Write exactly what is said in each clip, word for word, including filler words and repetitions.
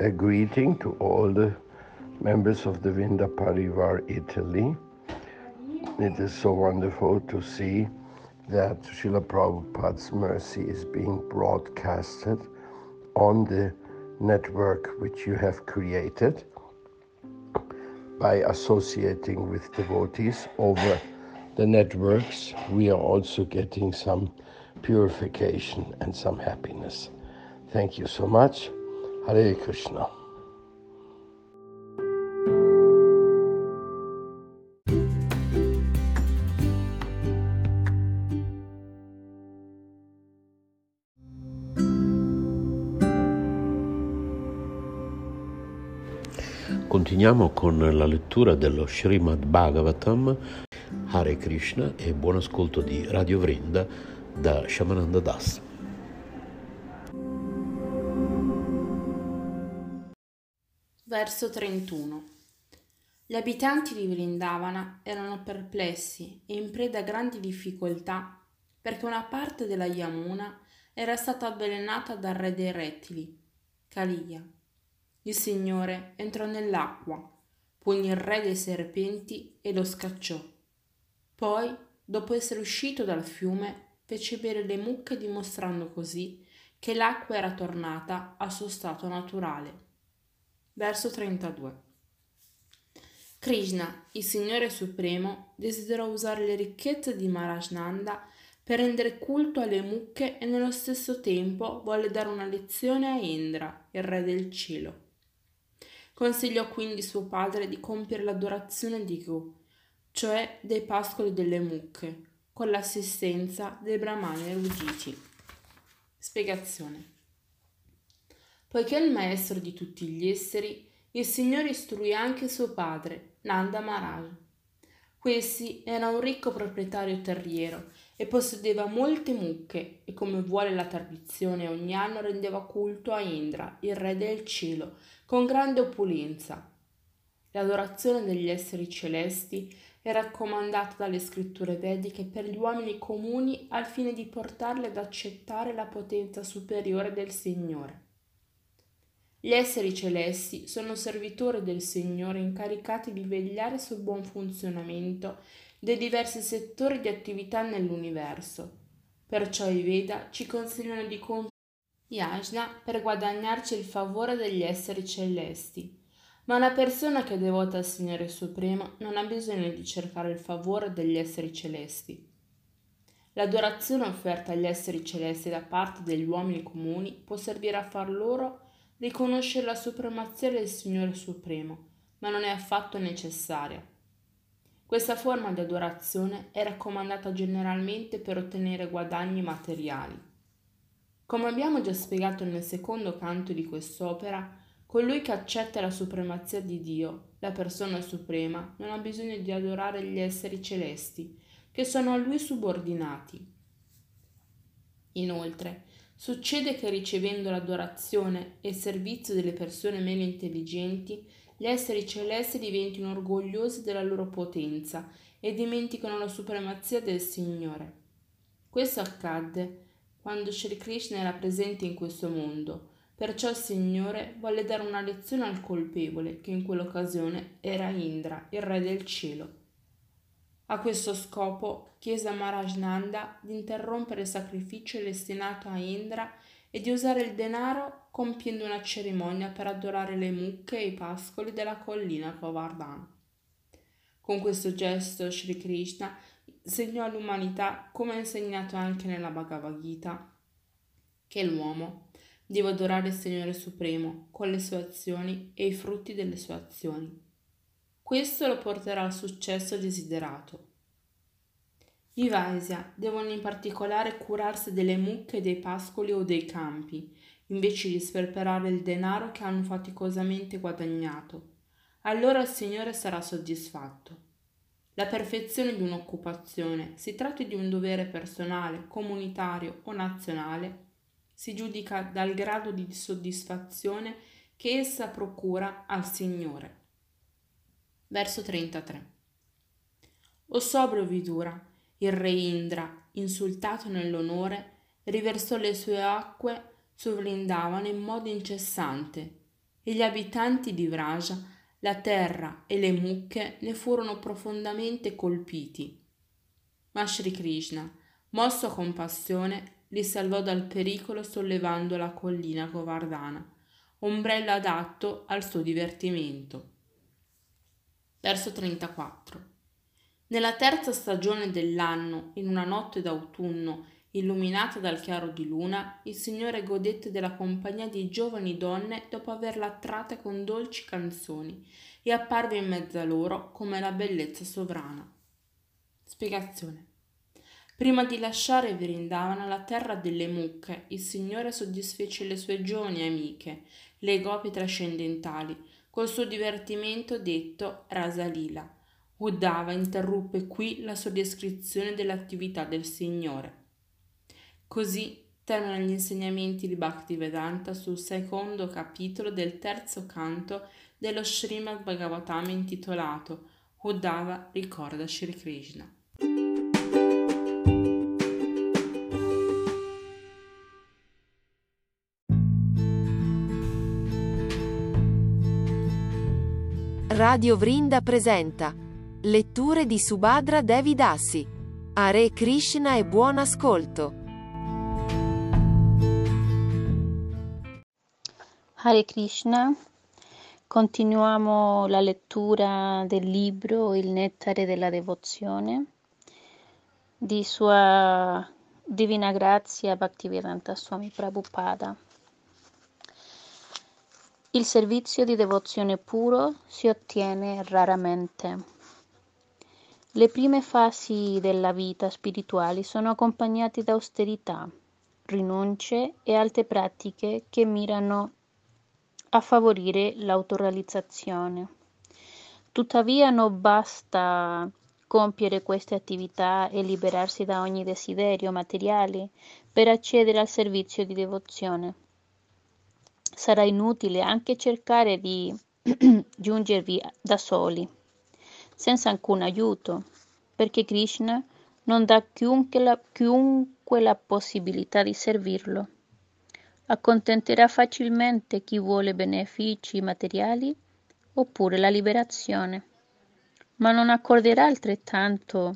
a greeting to all the members of the Vrinda Parivar Italy. It is so wonderful to see that Srila Prabhupada's mercy is being broadcasted on the network which you have created by associating with devotees over the networks. We are also getting some purification and some happiness. Thank you so much. Hare Krishna. Continuiamo con la lettura dello Srimad Bhagavatam. Hare Krishna e buon ascolto di Radio Vrinda da Shamananda Das. Verso trentuno. Gli abitanti di Vrindavana erano perplessi e in preda a grandi difficoltà perché una parte della Yamuna era stata avvelenata dal re dei rettili, Kaliya. Il Signore entrò nell'acqua, punì il re dei serpenti e lo scacciò. Poi, dopo essere uscito dal fiume, fece bere le mucche, dimostrando così che l'acqua era tornata al suo stato naturale. Verso trentadue. Krishna, il Signore Supremo, desiderò usare le ricchezze di Maharaj Nanda per rendere culto alle mucche e nello stesso tempo volle dare una lezione a Indra, il re del cielo. Consigliò quindi suo padre di compiere l'adorazione di Go, cioè dei pascoli delle mucche, con l'assistenza dei brahmani eruditi. Spiegazione. Poiché è il maestro di tutti gli esseri, il Signore istruì anche suo padre, Nanda Maharaj. Questi era un ricco proprietario terriero e possedeva molte mucche e, come vuole la tradizione, ogni anno rendeva culto a Indra, il re del cielo, con grande opulenza. L'adorazione degli esseri celesti è raccomandata dalle scritture vediche per gli uomini comuni al fine di portarli ad accettare la potenza superiore del Signore. Gli esseri celesti sono servitori del Signore incaricati di vegliare sul buon funzionamento dei diversi settori di attività nell'universo. Perciò i Veda ci consigliano di compiere yajna per guadagnarci il favore degli esseri celesti. Ma una persona che è devota al Signore Supremo non ha bisogno di cercare il favore degli esseri celesti. L'adorazione offerta agli esseri celesti da parte degli uomini comuni può servire a far loro riconoscere la supremazia del Signore Supremo, ma non è affatto necessaria. Questa forma di adorazione è raccomandata generalmente per ottenere guadagni materiali. Come abbiamo già spiegato nel secondo canto di quest'opera, colui che accetta la supremazia di Dio, la persona suprema, non ha bisogno di adorare gli esseri celesti, che sono a lui subordinati. Inoltre, succede che ricevendo l'adorazione e il servizio delle persone meno intelligenti, gli esseri celesti diventino orgogliosi della loro potenza e dimenticano la supremazia del Signore. Questo accadde quando Sri Krishna era presente in questo mondo, perciò il Signore volle dare una lezione al colpevole, che in quell'occasione era Indra, il re del cielo. A questo scopo chiese a Maharaj Nanda di interrompere il sacrificio destinato a Indra e di usare il denaro compiendo una cerimonia per adorare le mucche e i pascoli della collina Govardhana. Con questo gesto Sri Krishna insegnò all'umanità, come ha insegnato anche nella Bhagavad Gita, che l'uomo deve adorare il Signore Supremo con le sue azioni e i frutti delle sue azioni. Questo lo porterà al successo desiderato. I Vaisya devono in particolare curarsi delle mucche, dei pascoli o dei campi, invece di sperperare il denaro che hanno faticosamente guadagnato. Allora il Signore sarà soddisfatto. La perfezione di un'occupazione, si tratti di un dovere personale, comunitario o nazionale, si giudica dal grado di soddisfazione che essa procura al Signore. Verso trentatré. O sobrio Vidura, il re Indra, insultato nell'onore, riversò le sue acque su Vrindavana in modo incessante. e gli abitanti di Vraja, la terra e le mucche ne furono profondamente colpiti. Ma Sri Krishna, mosso a compassione, li salvò dal pericolo sollevando la collina Govardhana, ombrello adatto al suo divertimento. Verso trentaquattro. Nella terza stagione dell'anno, in una notte d'autunno, illuminata dal chiaro di luna, il Signore godette della compagnia di giovani donne dopo averla attratta con dolci canzoni e apparve in mezzo a loro come la bellezza sovrana. Spiegazione. Prima di lasciare Vrindavana, la terra delle mucche, il Signore soddisfece le sue giovani amiche, le gopi trascendentali, col suo divertimento detto Rasalila. Uddhava interruppe qui la sua descrizione dell'attività del Signore. Così terminano gli insegnamenti di Bhaktivedanta sul secondo capitolo del terzo canto dello Srimad Bhagavatam intitolato Uddhava ricorda Shri Krishna. Radio Vrinda presenta letture di Subhadra Devi Dassi. Hare Krishna e buon ascolto. Hare Krishna, continuiamo la lettura del libro Il nettare della devozione di Sua Divina Grazia Bhaktivedanta Swami Prabhupada. Il servizio di devozione puro si ottiene raramente. Le prime fasi della vita spirituale sono accompagnate da austerità, rinunce e altre pratiche che mirano a favorire l'autorealizzazione. Tuttavia non basta compiere queste attività e liberarsi da ogni desiderio materiale per accedere al servizio di devozione. Sarà inutile anche cercare di giungervi da soli, senza alcun aiuto, perché Krishna non dà a chiunque la, chiunque la possibilità di servirlo. Accontenterà facilmente chi vuole benefici materiali oppure la liberazione, ma non accorderà altrettanto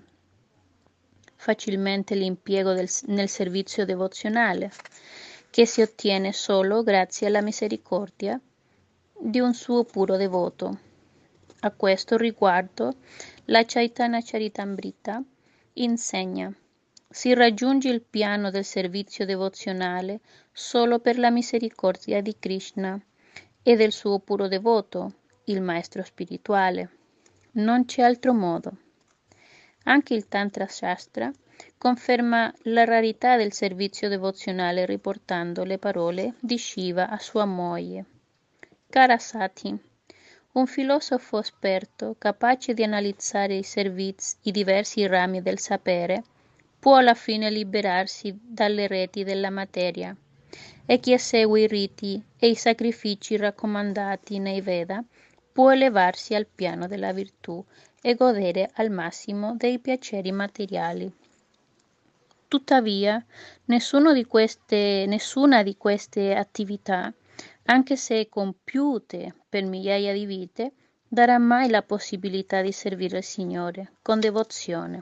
facilmente l'impiego del, nel servizio devozionale, che si ottiene solo grazie alla misericordia di un suo puro devoto. A questo riguardo, la Chaitanya Charitamrita insegna: si raggiunge il piano del servizio devozionale solo per la misericordia di Krishna e del suo puro devoto, il maestro spirituale. Non c'è altro modo. Anche il Tantra Shastra conferma la rarità del servizio devozionale riportando le parole di Shiva a sua moglie. Cara Sati, un filosofo esperto, capace di analizzare i servizi, i diversi rami del sapere, può alla fine liberarsi dalle reti della materia, e chi esegue i riti e i sacrifici raccomandati nei Veda può elevarsi al piano della virtù e godere al massimo dei piaceri materiali. Tuttavia, nessuno di queste, nessuna di queste attività, anche se compiute per migliaia di vite, darà mai la possibilità di servire il Signore con devozione.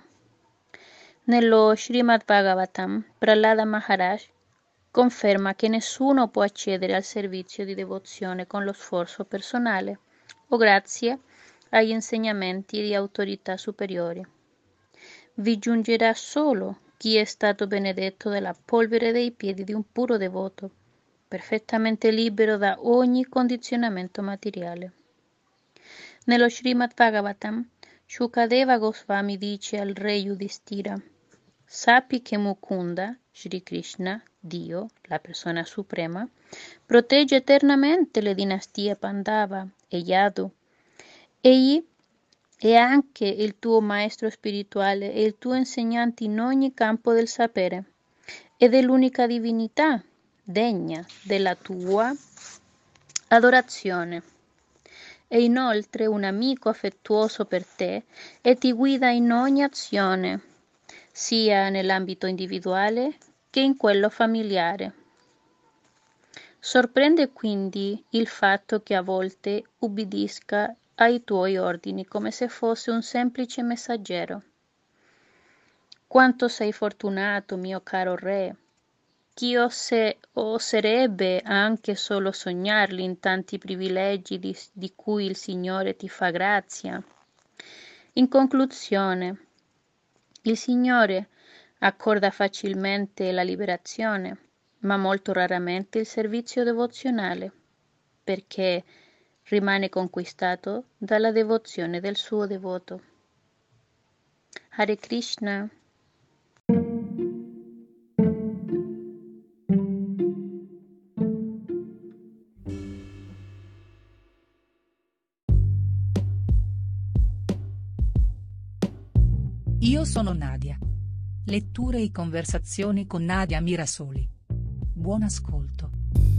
Nello Srimad Bhagavatam, Prahlada Maharaj conferma che nessuno può accedere al servizio di devozione con lo sforzo personale o grazie agli insegnamenti di autorità superiori. Vi giungerà solo chi è stato benedetto dalla polvere dei piedi di un puro devoto, perfettamente libero da ogni condizionamento materiale. Nello Srimad Bhagavatam, Shukadeva Goswami dice al re Yudhishthira: sappi che Mukunda, Shri Krishna, Dio, la persona suprema, protegge eternamente le dinastie Pandava e Yadu. Egli è anche il tuo maestro spirituale e il tuo insegnante in ogni campo del sapere, ed è l'unica divinità degna della tua adorazione. È inoltre un amico affettuoso per te e ti guida in ogni azione, sia nell'ambito individuale che in quello familiare. Sorprende quindi il fatto che a volte ubbidisca ai tuoi ordini come se fosse un semplice messaggero. Quanto sei fortunato, mio caro re! Chi ose- oserebbe anche solo sognarli in tanti privilegi di, di cui il Signore ti fa grazia? In conclusione, il Signore accorda facilmente la liberazione, ma molto raramente il servizio devozionale, perché rimane conquistato dalla devozione del suo devoto. Hare Krishna. Io sono Nadia. Letture e conversazioni con Nadia Mirasoli. Buon ascolto.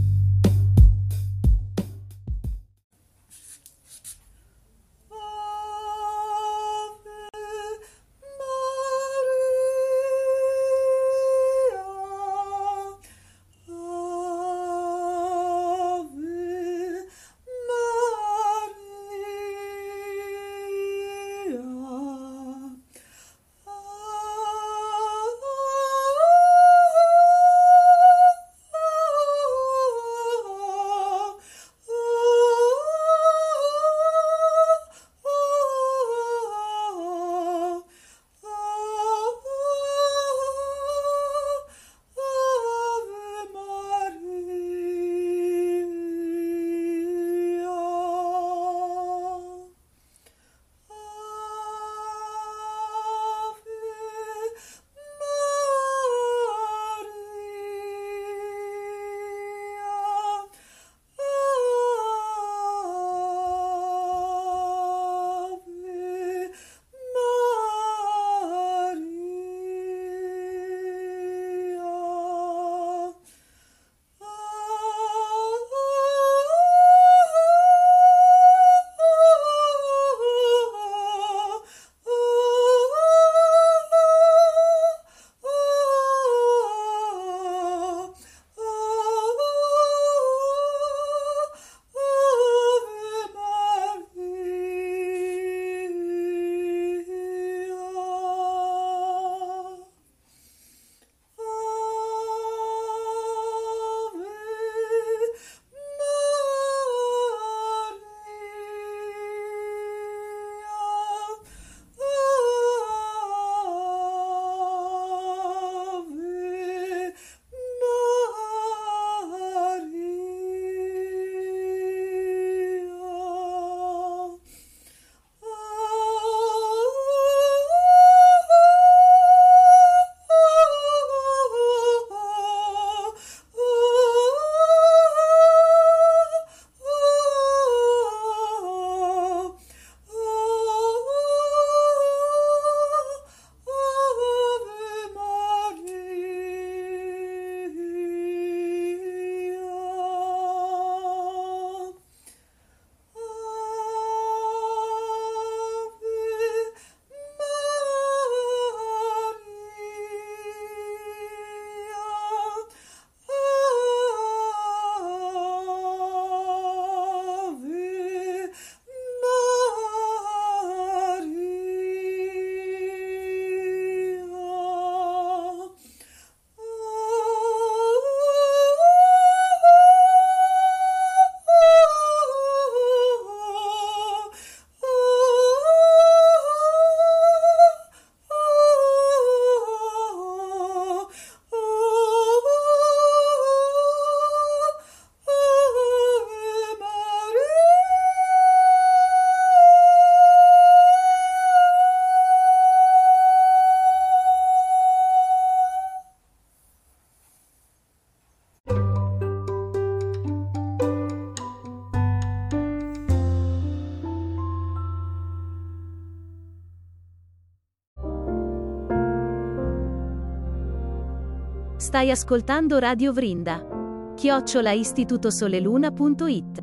Stai ascoltando Radio Vrinda. chiocciola istitutosoleluna punto it.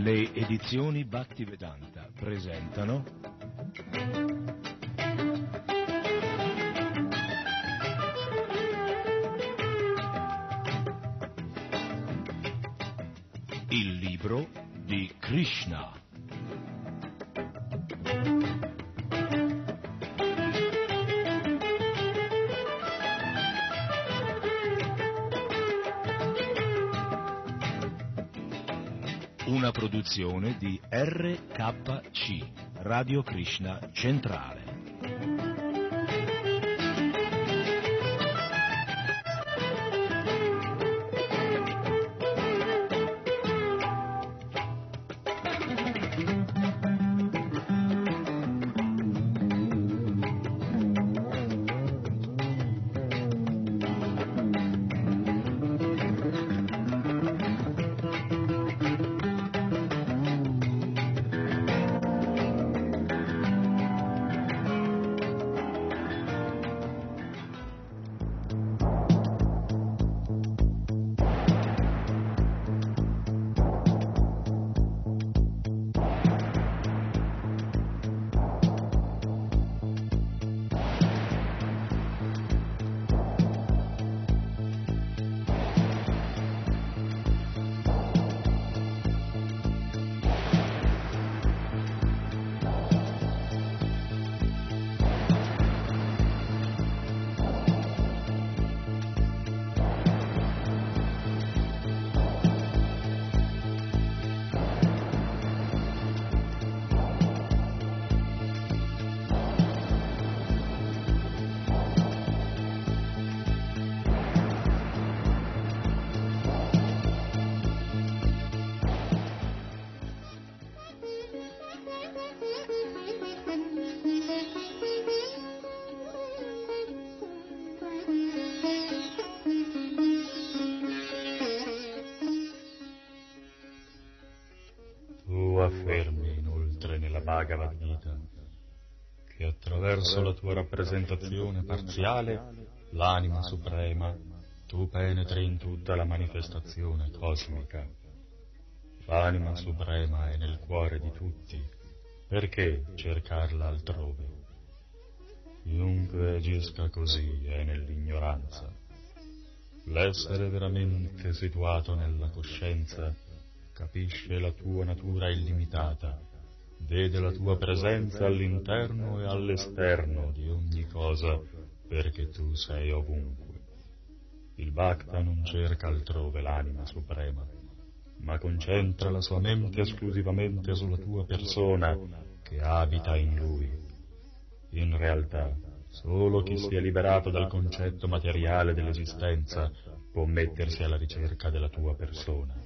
Le edizioni Bhaktivedanta presentano il libro di Krishna. Una produzione di R K C, Radio Krishna Centrale. Affermi inoltre nella Bhagavad Gita che attraverso la tua rappresentazione parziale, l'anima suprema, tu penetri in tutta la manifestazione cosmica. L'anima suprema è nel cuore di tutti, perché cercarla altrove? Chiunque agisca così è nell'ignoranza. L'essere veramente situato nella coscienza capisce la tua natura illimitata, vede la tua presenza all'interno e all'esterno di ogni cosa, perché tu sei ovunque. Il Bhakta non cerca altrove l'anima suprema, ma concentra la sua mente esclusivamente sulla tua persona che abita in lui. In realtà, solo chi si è liberato dal concetto materiale dell'esistenza può mettersi alla ricerca della tua persona.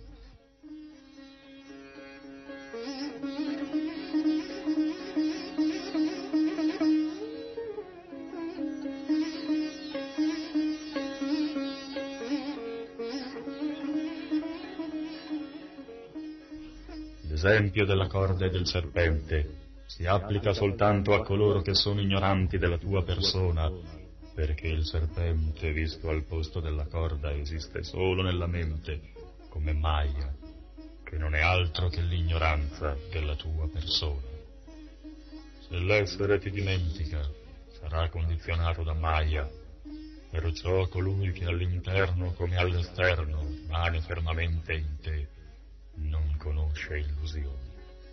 L'esempio della corda e del serpente si applica soltanto a coloro che sono ignoranti della tua persona, perché il serpente, visto al posto della corda, esiste solo nella mente, come Maya, che non è altro che l'ignoranza della tua persona. Se l'essere ti dimentica, sarà condizionato da Maya, perciò colui che all'interno come all'esterno rimane fermamente in te, non conosce illusioni.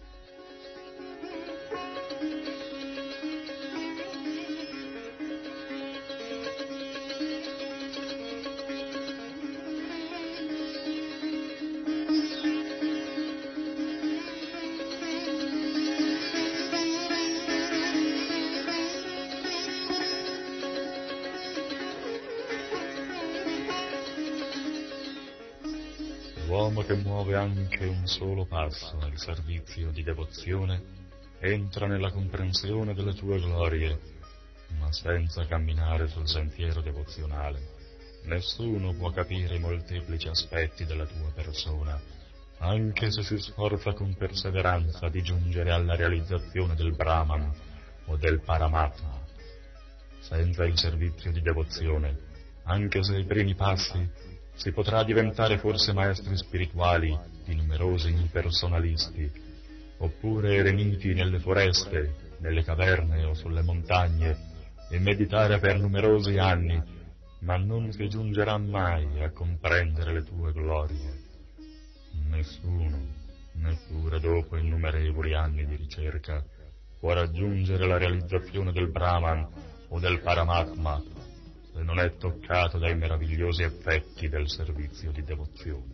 L'uomo che muove anche un solo passo nel servizio di devozione entra nella comprensione delle tue glorie, ma senza camminare sul sentiero devozionale. Nessuno può capire i molteplici aspetti della tua persona, anche se si sforza con perseveranza di giungere alla realizzazione del Brahman o del Paramatma. Senza il servizio di devozione, anche se i primi passi si potrà diventare forse maestri spirituali di numerosi impersonalisti, oppure eremiti nelle foreste, nelle caverne o sulle montagne, e meditare per numerosi anni, ma non si giungerà mai a comprendere le tue glorie. Nessuno, neppure dopo innumerevoli anni di ricerca, può raggiungere la realizzazione del Brahman o del Paramatma se non è toccato dai meravigliosi effetti del servizio di devozione.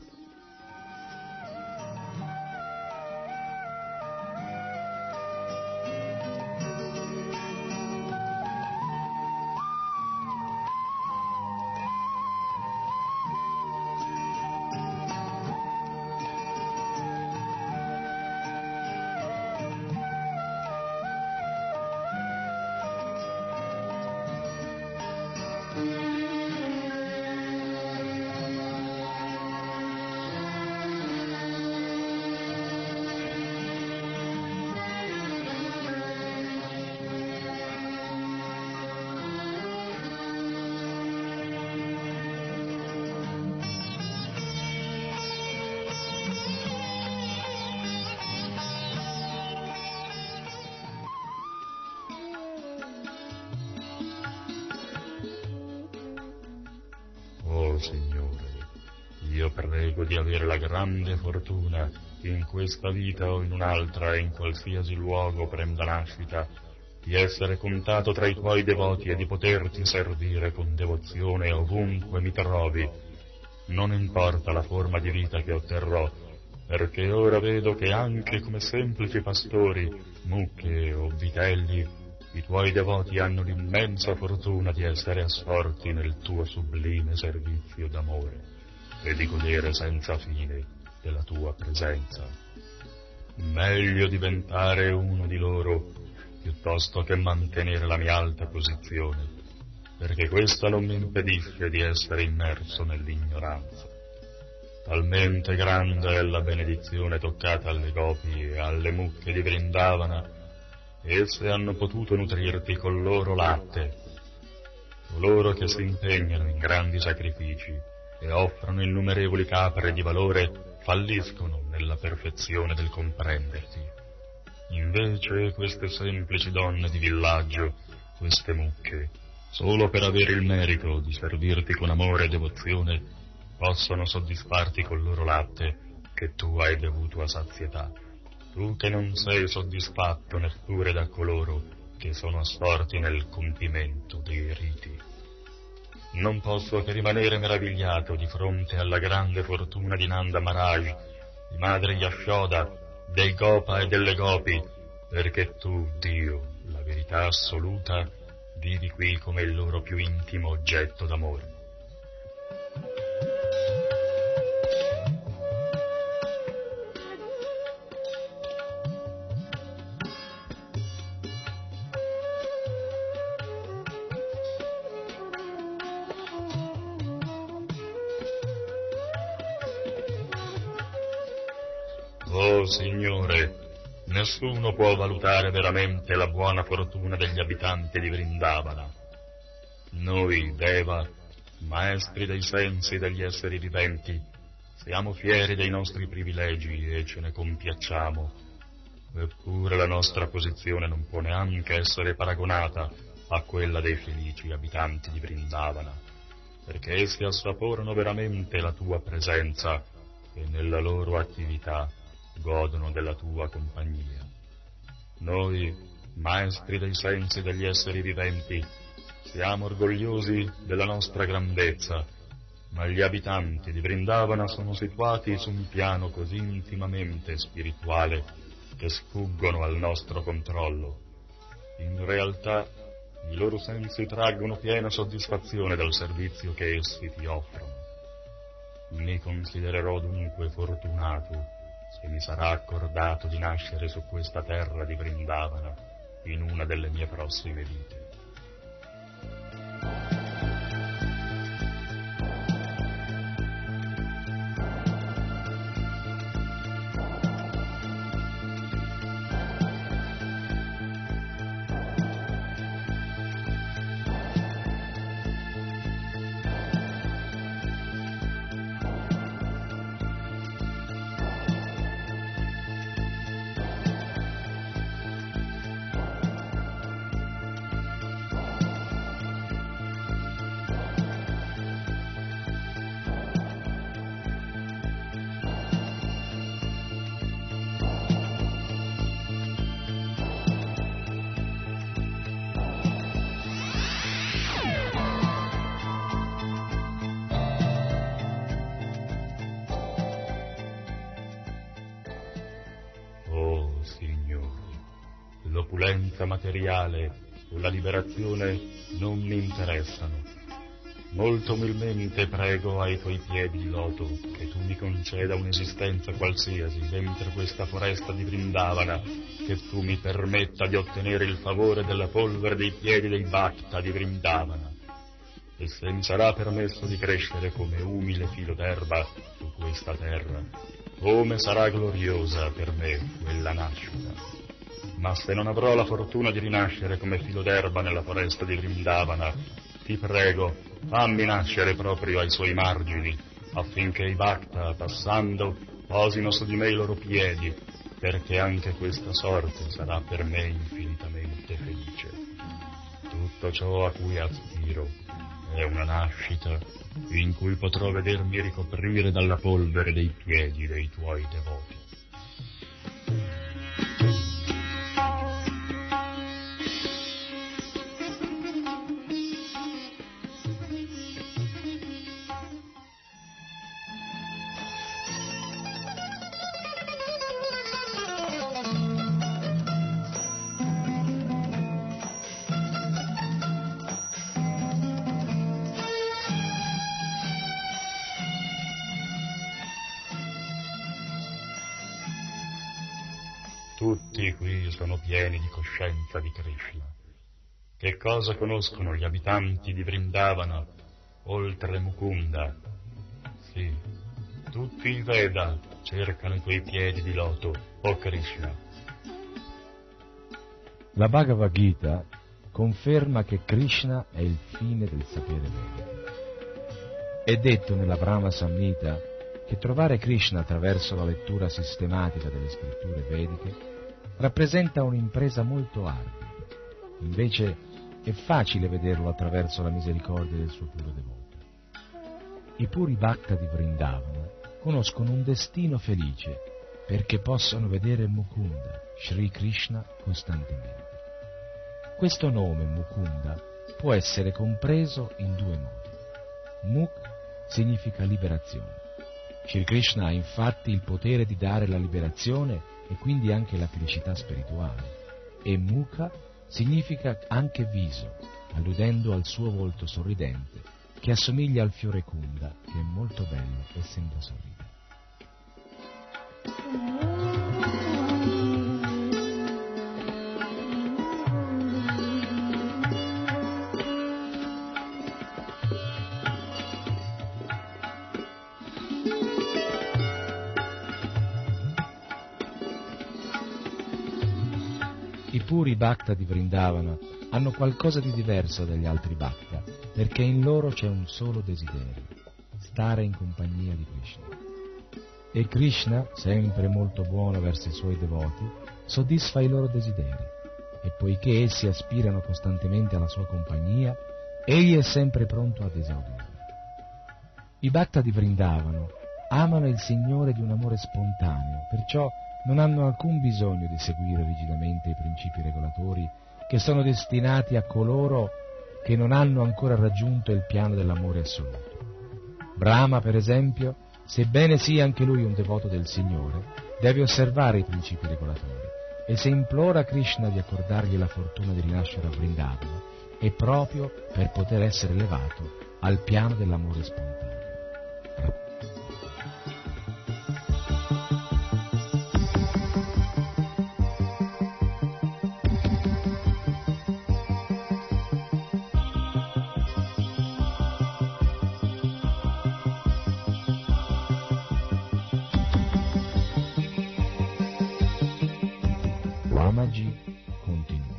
Signore, io prego di avere la grande fortuna, in questa vita o in un'altra e in qualsiasi luogo prenda nascita, di essere contato tra i tuoi devoti e di poterti servire con devozione ovunque mi trovi. Non importa la forma di vita che otterrò, perché ora vedo che anche come semplici pastori, mucche o vitelli, i tuoi devoti hanno l'immensa fortuna di essere assorti nel tuo sublime servizio d'amore e di godere senza fine della tua presenza. Meglio diventare uno di loro piuttosto che mantenere la mia alta posizione, perché questa non mi impedisce di essere immerso nell'ignoranza. Talmente grande è la benedizione toccata alle gopi e alle mucche di Vrindavana. Esse hanno potuto nutrirti col loro latte. Coloro che si impegnano in grandi sacrifici e offrono innumerevoli capre di valore falliscono nella perfezione del comprenderti. Invece queste semplici donne di villaggio, queste mucche, solo per avere il merito di servirti con amore e devozione, possono soddisfarti col loro latte che tu hai bevuto a sazietà. Tu che non sei soddisfatto neppure da coloro che sono assorti nel compimento dei riti. Non posso che rimanere meravigliato di fronte alla grande fortuna di Nanda Maharaj, di madre Yashoda, dei Gopa e delle Gopi, perché tu, Dio, la verità assoluta, vivi qui come il loro più intimo oggetto d'amore. Oh Signore, nessuno può valutare veramente la buona fortuna degli abitanti di Vrindavana. Noi, Deva, maestri dei sensi degli esseri viventi, siamo fieri dei nostri privilegi e ce ne compiacciamo. Eppure la nostra posizione non può neanche essere paragonata a quella dei felici abitanti di Vrindavana, perché essi assaporano veramente la tua presenza e nella loro attività godono della tua compagnia. Noi, maestri dei sensi degli esseri viventi, siamo orgogliosi della nostra grandezza, ma gli abitanti di Vrindavana sono situati su un piano così intimamente spirituale che sfuggono al nostro controllo. In realtà, i loro sensi traggono piena soddisfazione dal servizio che essi ti offrono. Mi considererò dunque fortunato se mi sarà accordato di nascere su questa terra di Vrindavana in una delle mie prossime vite. l'opulenza materiale o la liberazione non mi interessano. Molto umilmente prego ai tuoi piedi di loto che tu mi conceda un'esistenza qualsiasi dentro questa foresta di Vrindavana, che tu mi permetta di ottenere il favore della polvere dei piedi dei Bhakta di Vrindavana. E se mi sarà permesso di crescere come umile filo d'erba su questa terra, come sarà gloriosa per me quella nascita. Ma se non avrò la fortuna di rinascere come filo d'erba nella foresta di Vrindavana, ti prego, fammi nascere proprio ai suoi margini, affinché i Bhakta, passando, posino su di me i loro piedi, perché anche questa sorte sarà per me infinitamente felice. Tutto ciò a cui aspiro è una nascita in cui potrò vedermi ricoprire dalla polvere dei piedi dei tuoi devoti. Tutti qui sono pieni di coscienza di Krishna. Che cosa conoscono gli abitanti di Vrindavana, oltre Mukunda? Sì, tutti i Veda cercano i tuoi piedi di loto, o Krishna. La Bhagavad Gita conferma che Krishna è il fine del sapere vedico. È detto nella Brahma Samhita che trovare Krishna attraverso la lettura sistematica delle scritture vediche rappresenta un'impresa molto ardua. Invece è facile vederlo attraverso la misericordia del suo puro devoto. I puri Bhakta di Vrindavana conoscono un destino felice perché possono vedere Mukunda, Sri Krishna, costantemente. Questo nome, Mukunda, può essere compreso in due modi. Muk significa liberazione. Sri Krishna ha infatti il potere di dare la liberazione e quindi anche la felicità spirituale. E Mukha significa anche viso, alludendo al suo volto sorridente, che assomiglia al fiore Kunda, che è molto bello e sembra sorridere. I puri Bhakta di Vrindavana hanno qualcosa di diverso dagli altri Bhakta, perché in loro c'è un solo desiderio: stare in compagnia di Krishna. E Krishna, sempre molto buono verso i suoi devoti, soddisfa i loro desideri, e poiché essi aspirano costantemente alla sua compagnia, egli è sempre pronto ad esaudirli. I Bhakta di Vrindavana amano il Signore di un amore spontaneo, perciò non hanno alcun bisogno di seguire rigidamente i principi regolatori che sono destinati a coloro che non hanno ancora raggiunto il piano dell'amore assoluto. Brahma, per esempio, sebbene sia anche lui un devoto del Signore, deve osservare i principi regolatori, e se implora Krishna di accordargli la fortuna di rinascere a Vrindavana, è proprio per poter essere elevato al piano dell'amore spontaneo. Ramaji continuò.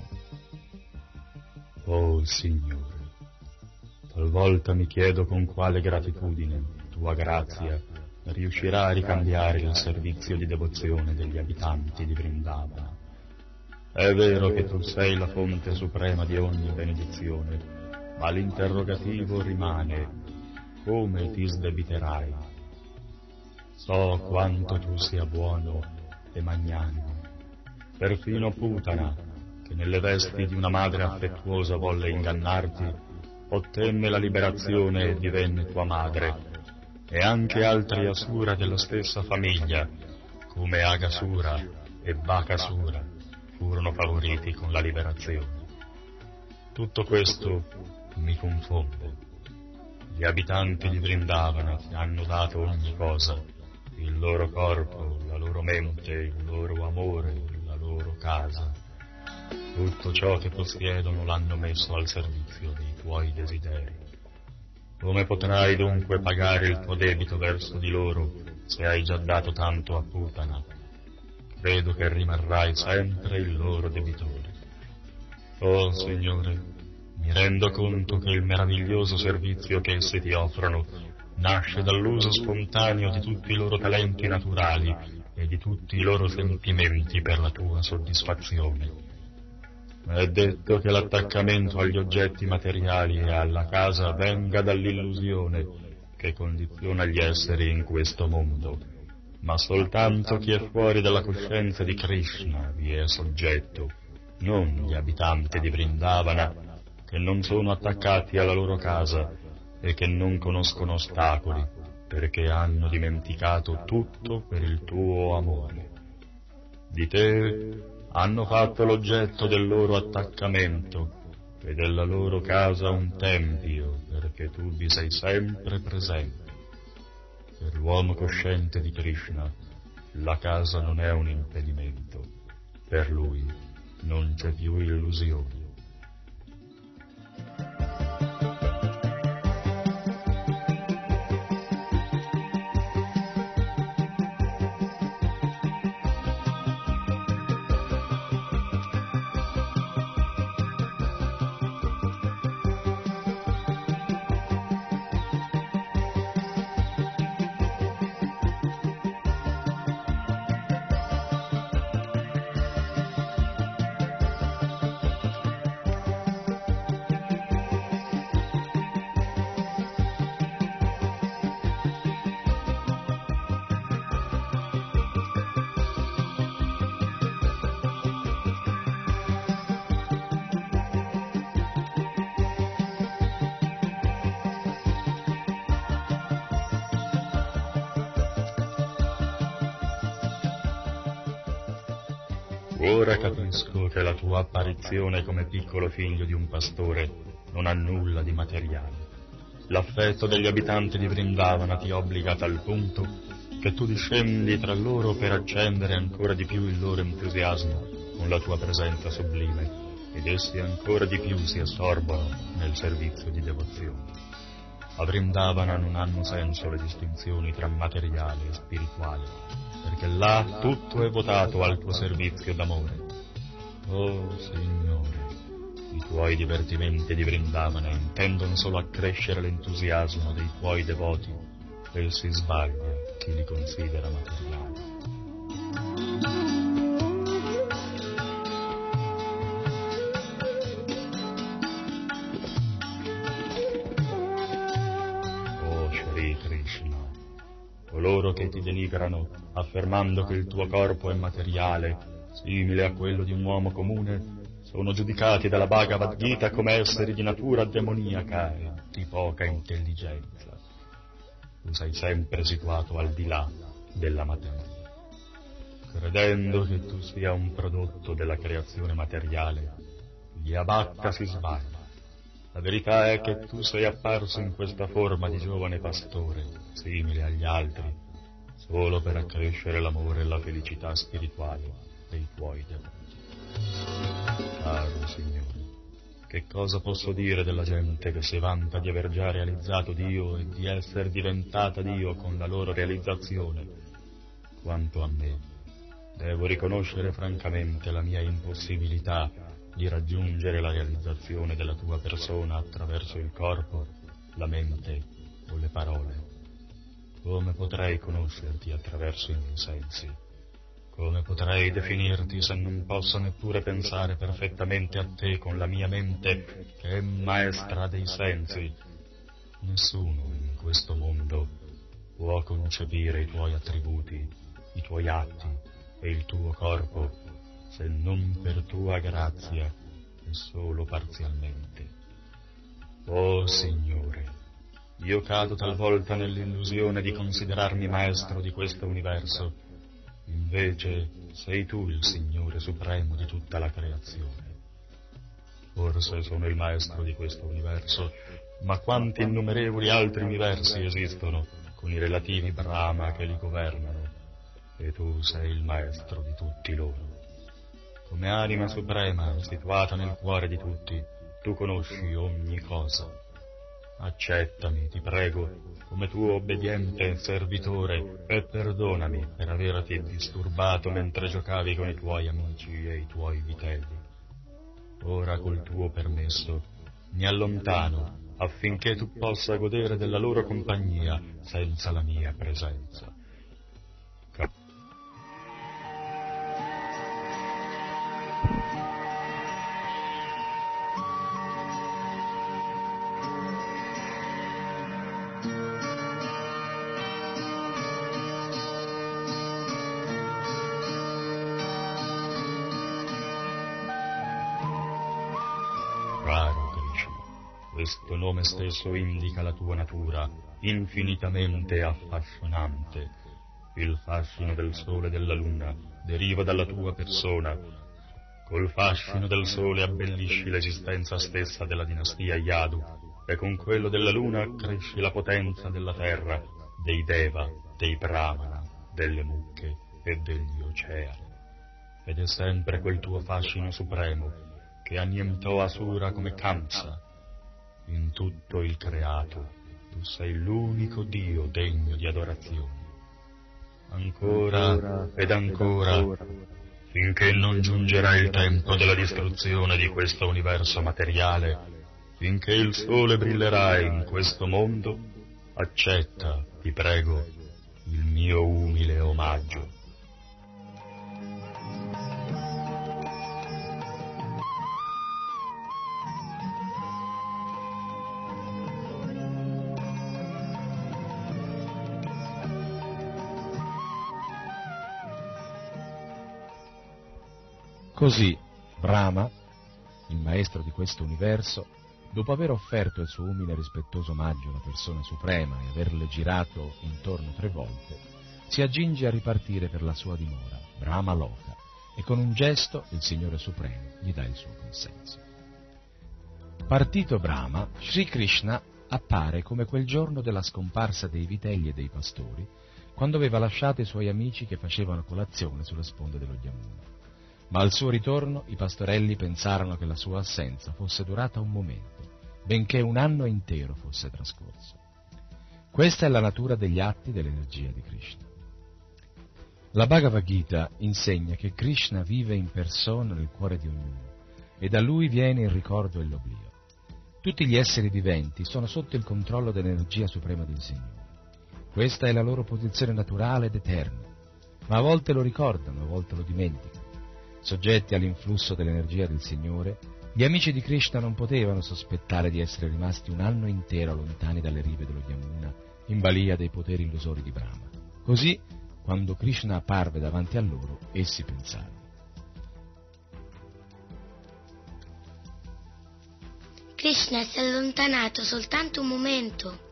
Oh Signore, talvolta mi chiedo con quale gratitudine tua grazia riuscirà a ricambiare il servizio di devozione degli abitanti di Vrindavana. È vero che tu sei la fonte suprema di ogni benedizione, ma l'interrogativo rimane: come ti sdebiterai? So quanto tu sia buono e magnanimo. Perfino Putana, che nelle vesti di una madre affettuosa volle ingannarti, ottenne la liberazione e divenne tua madre, e anche altri Asura della stessa famiglia, come Agasura e Bakasura, furono favoriti con la liberazione. Tutto questo mi confonde. Gli abitanti di Vrindavana ti hanno dato ogni cosa, il loro corpo, la loro mente, il loro amore, la loro casa. Tutto ciò che possiedono l'hanno messo al servizio dei tuoi desideri. Come potrai dunque pagare il tuo debito verso di loro se hai già dato tanto a Putana? Credo che rimarrai sempre il loro debitore. Oh Signore, mi rendo conto che il meraviglioso servizio che essi ti offrono nasce dall'uso spontaneo di tutti i loro talenti naturali e di tutti i loro sentimenti per la tua soddisfazione. È detto che l'attaccamento agli oggetti materiali e alla casa venga dall'illusione che condiziona gli esseri in questo mondo, ma soltanto chi è fuori dalla coscienza di Krishna vi è soggetto, non gli abitanti di Vrindavana, che non sono attaccati alla loro casa e che non conoscono ostacoli, perché hanno dimenticato tutto per il tuo amore. Di te hanno fatto l'oggetto del loro attaccamento e della loro casa un tempio, perché tu vi sei sempre presente. Per l'uomo cosciente di Krishna, la casa non è un impedimento. Per lui non c'è più illusione. Ora capisco che la tua apparizione come piccolo figlio di un pastore non ha nulla di materiale. L'affetto degli abitanti di Vrindavana ti obbliga a tal punto che tu discendi tra loro per accendere ancora di più il loro entusiasmo con la tua presenza sublime, ed essi ancora di più si assorbono nel servizio di devozione. A Vrindavana non hanno senso le distinzioni tra materiale e spirituale, perché là tutto è votato al tuo servizio d'amore. Oh Signore, i tuoi divertimenti di Vrindavana intendono solo accrescere l'entusiasmo dei tuoi devoti, e si sbaglia chi li considera materiali. Coloro che ti denigrano, affermando che il tuo corpo è materiale, simile a quello di un uomo comune, sono giudicati dalla Bhagavad Gita come esseri di natura demoniaca e di poca intelligenza. Tu sei sempre situato al di là della materia. Credendo che tu sia un prodotto della creazione materiale, gli Abhatta si sbaglia. La verità è che tu sei apparso in questa forma di giovane pastore, simile agli altri, solo per accrescere l'amore e la felicità spirituale dei tuoi devoti. Caro Signore, che cosa posso dire della gente che si vanta di aver già realizzato Dio e di essere diventata Dio con la loro realizzazione? Quanto a me, devo riconoscere francamente la mia impossibilità di raggiungere la realizzazione della tua persona attraverso il corpo, la mente o le parole. Come potrei conoscerti attraverso i miei sensi? Come potrei definirti se non posso neppure pensare perfettamente a te con la mia mente che è maestra dei sensi? Nessuno in questo mondo può concepire i tuoi attributi, i tuoi atti e il tuo corpo se non per tua grazia e solo parzialmente. Oh Signore, io cado talvolta nell'illusione di considerarmi maestro di questo universo, invece sei tu il Signore supremo di tutta la creazione. Forse sono il maestro di questo universo, ma quanti innumerevoli altri universi esistono, con i relativi Brahma che li governano, e tu sei il maestro di tutti loro. Come anima suprema, situata nel cuore di tutti, tu conosci ogni cosa. Accettami, ti prego, come tuo obbediente servitore, e perdonami per averti disturbato mentre giocavi con i tuoi amici e i tuoi vitelli. Ora, col tuo permesso, mi allontano affinché tu possa godere della loro compagnia senza la mia presenza. Questo nome stesso indica la tua natura, infinitamente affascinante. Il fascino del sole e della luna deriva dalla tua persona. Col fascino del sole abbellisci l'esistenza stessa della dinastia Yadu, e con quello della luna accresci la potenza della terra, dei Deva, dei Brahmana, delle mucche e degli oceani. Ed è sempre quel tuo fascino supremo che annientò Asura come Kamsa. In tutto il creato, tu sei l'unico Dio degno di adorazione. Ancora ed ancora, finché non giungerà il tempo della distruzione di questo universo materiale, finché il sole brillerà in questo mondo, accetta, ti prego, il mio umile omaggio. Così Brahma, il maestro di questo universo, dopo aver offerto il suo umile e rispettoso omaggio alla persona suprema e averle girato intorno tre volte, si accinge a ripartire per la sua dimora, Brahma Loka, e con un gesto il Signore Supremo gli dà il suo consenso. Partito Brahma, Sri Krishna appare come quel giorno della scomparsa dei vitelli e dei pastori, quando aveva lasciato i suoi amici che facevano colazione sulle sponde dello Yamuna. Ma al suo ritorno i pastorelli pensarono che la sua assenza fosse durata un momento, benché un anno intero fosse trascorso. Questa è la natura degli atti dell'energia di Krishna. La Bhagavad Gita insegna che Krishna vive in persona nel cuore di ognuno e da lui viene il ricordo e l'oblio. Tutti gli esseri viventi sono sotto il controllo dell'energia suprema del Signore. Questa è la loro posizione naturale ed eterna, ma a volte lo ricordano, a volte lo dimenticano. Soggetti all'influsso dell'energia del Signore, gli amici di Krishna non potevano sospettare di essere rimasti un anno intero lontani dalle rive dello Yamuna, in balia dei poteri illusori di Brahma. Così, quando Krishna apparve davanti a loro, essi pensarono: Krishna si è allontanato soltanto un momento.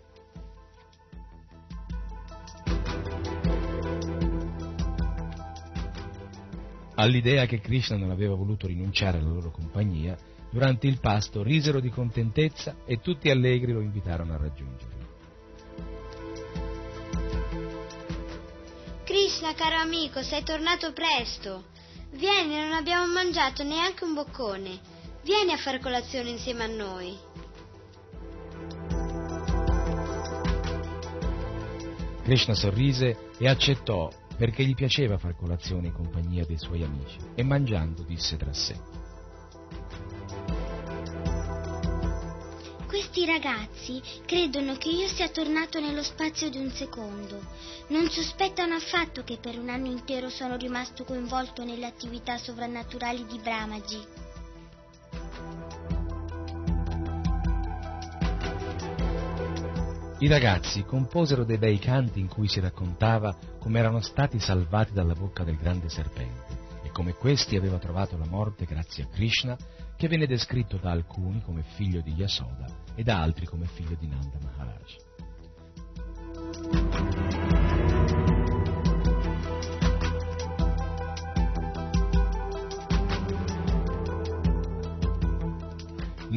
All'idea che Krishna non aveva voluto rinunciare alla loro compagnia, durante il pasto risero di contentezza e tutti allegri lo invitarono a raggiungerlo. Krishna, caro amico, sei tornato presto. Vieni, non abbiamo mangiato neanche un boccone. Vieni a fare colazione insieme a noi. Krishna sorrise e accettò, perché gli piaceva far colazione in compagnia dei suoi amici, e mangiando disse tra sé: Questi ragazzi credono che io sia tornato nello spazio di un secondo. Non sospettano affatto che per un anno intero sono rimasto coinvolto nelle attività sovrannaturali di Brahmaji. I ragazzi composero dei bei canti in cui si raccontava come erano stati salvati dalla bocca del grande serpente e come questi aveva trovato la morte grazie a Krishna, che viene descritto da alcuni come figlio di Yasoda e da altri come figlio di Nanda Maharaj.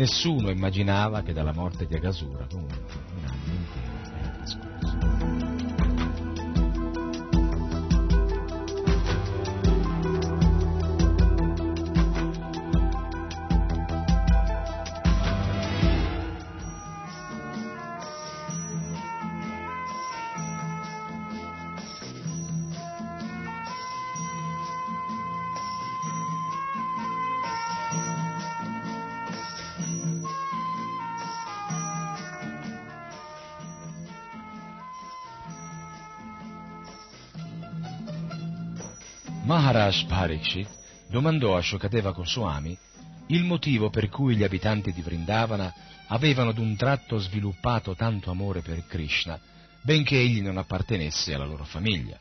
nessuno immaginava che dalla morte di Aghasura comunque un anno intero era trascorso. Maharaj Parikshit domandò a Shukadeva Goswami il motivo per cui gli abitanti di Vrindavana avevano d'un tratto sviluppato tanto amore per Krishna, benché egli non appartenesse alla loro famiglia.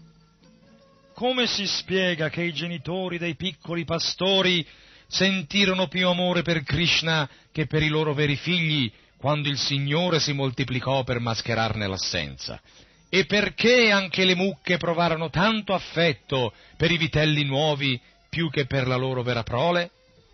Come si spiega che i genitori dei piccoli pastori sentirono più amore per Krishna che per i loro veri figli quando il Signore si moltiplicò per mascherarne l'assenza? E perché anche le mucche provarono tanto affetto per i vitelli nuovi più che per la loro vera prole?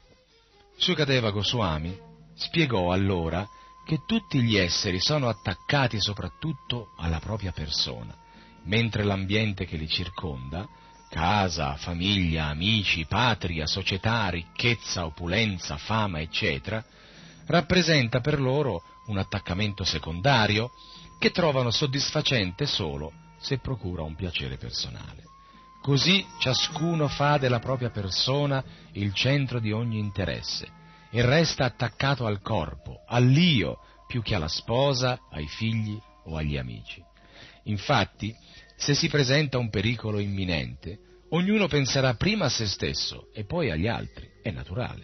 Shukadeva Goswami spiegò allora che tutti gli esseri sono attaccati soprattutto alla propria persona, mentre l'ambiente che li circonda, casa, famiglia, amici, patria, società, ricchezza, opulenza, fama, eccetera, rappresenta per loro un attaccamento secondario che trovano soddisfacente solo se procura un piacere personale. Così ciascuno fa della propria persona il centro di ogni interesse e resta attaccato al corpo, all'io, più che alla sposa, ai figli o agli amici. Infatti, se si presenta un pericolo imminente, ognuno penserà prima a se stesso e poi agli altri, è naturale.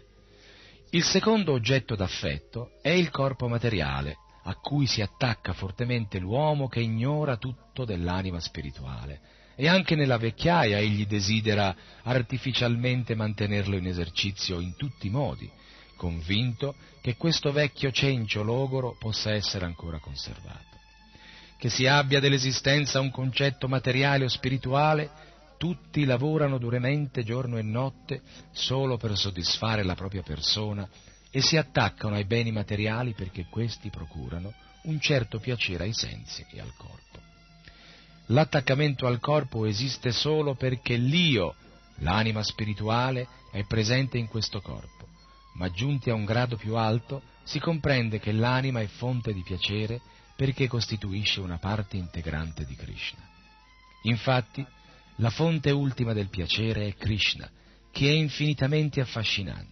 Il secondo oggetto d'affetto è il corpo materiale, a cui si attacca fortemente l'uomo che ignora tutto dell'anima spirituale, e anche nella vecchiaia egli desidera artificialmente mantenerlo in esercizio in tutti i modi, convinto che questo vecchio cencio logoro possa essere ancora conservato. Che si abbia dell'esistenza un concetto materiale o spirituale, tutti lavorano duramente giorno e notte solo per soddisfare la propria persona e si attaccano ai beni materiali perché questi procurano un certo piacere ai sensi e al corpo. L'attaccamento al corpo esiste solo perché l'io, l'anima spirituale, è presente in questo corpo, ma giunti a un grado più alto si comprende che l'anima è fonte di piacere perché costituisce una parte integrante di Krishna. Infatti, la fonte ultima del piacere è Krishna, che è infinitamente affascinante.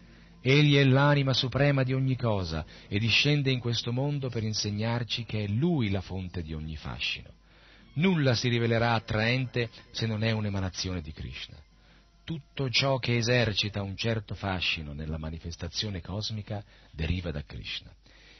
Egli è l'anima suprema di ogni cosa e discende in questo mondo per insegnarci che è Lui la fonte di ogni fascino. Nulla si rivelerà attraente se non è un'emanazione di Krishna. Tutto ciò che esercita un certo fascino nella manifestazione cosmica deriva da Krishna.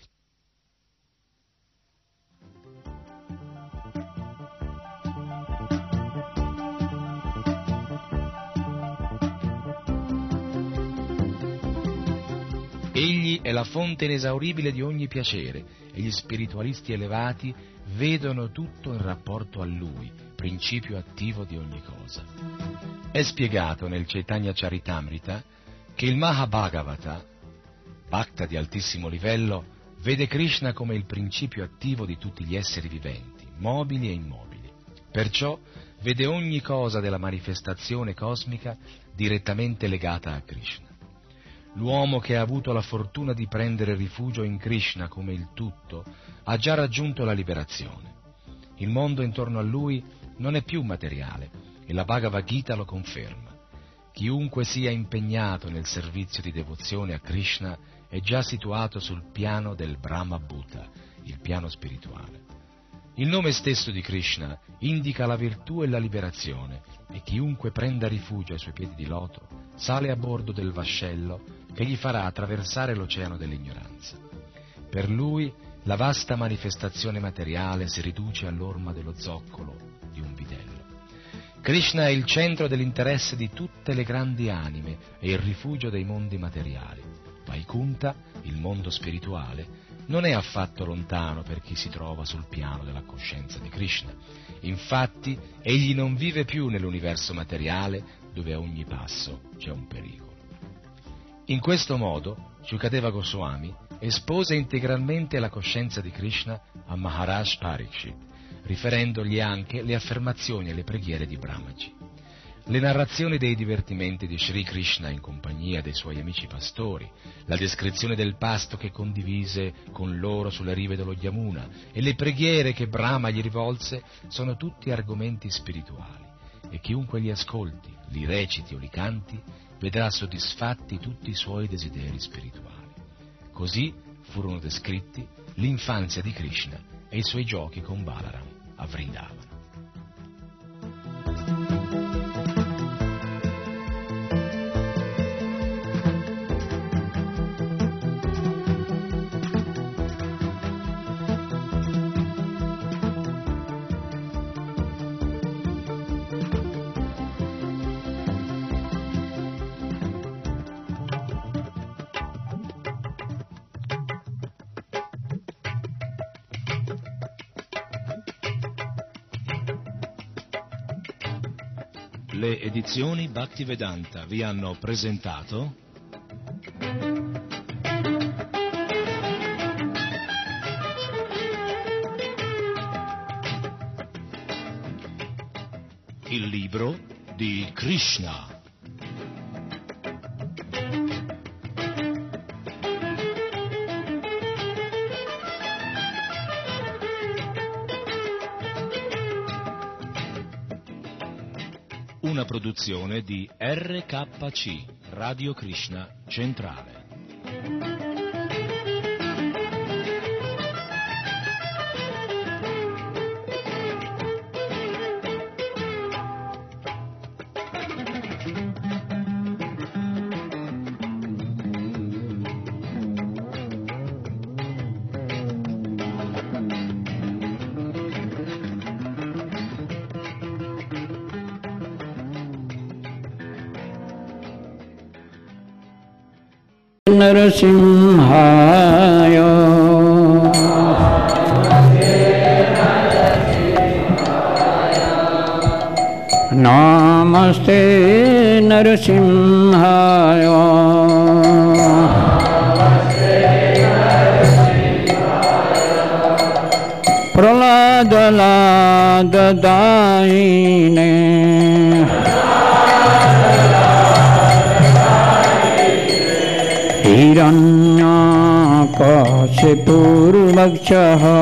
Egli è la fonte inesauribile di ogni piacere e gli spiritualisti elevati vedono tutto in rapporto a Lui, principio attivo di ogni cosa. È spiegato nel Chaitanya Charitamrita che il Mahabhagavata, Bhakta di altissimo livello, vede Krishna come il principio attivo di tutti gli esseri viventi, mobili e immobili. Perciò vede ogni cosa della manifestazione cosmica direttamente legata a Krishna. L'uomo che ha avuto la fortuna di prendere rifugio in Krishna come il tutto ha già raggiunto la liberazione. Il mondo intorno a lui non è più materiale e la Bhagavad Gita lo conferma. Chiunque sia impegnato nel servizio di devozione a Krishna è già situato sul piano del Brahma Bhuta, il piano spirituale. Il nome stesso di Krishna indica la virtù e la liberazione e chiunque prenda rifugio ai suoi piedi di loto sale a bordo del vascello che gli farà attraversare l'oceano dell'ignoranza. Per lui la vasta manifestazione materiale si riduce all'orma dello zoccolo di un bidello. Krishna è il centro dell'interesse di tutte le grandi anime e il rifugio dei mondi materiali. Vaikuntha, il mondo spirituale, non è affatto lontano per chi si trova sul piano della coscienza di Krishna. Infatti, egli non vive più nell'universo materiale dove a ogni passo c'è un pericolo. In questo modo, Shukadeva Goswami espose integralmente la coscienza di Krishna a Maharaj Parikshit, riferendogli anche le affermazioni e le preghiere di Brahmaji. Le narrazioni dei divertimenti di Sri Krishna in compagnia dei suoi amici pastori, la descrizione del pasto che condivise con loro sulle rive dello Yamuna e le preghiere che Brahma gli rivolse sono tutti argomenti spirituali e chiunque li ascolti, li reciti o li canti vedrà soddisfatti tutti i suoi desideri spirituali. Così furono descritti l'infanzia di Krishna e i suoi giochi con Balaram a Vrindavana. Le edizioni Bhaktivedanta vi hanno presentato il libro di Krishna. Una produzione di R K C, Radio Krishna Centrale. Narasimhaya Namaste Narasimhaya Praladaladaine Hiranyakasipurvakshah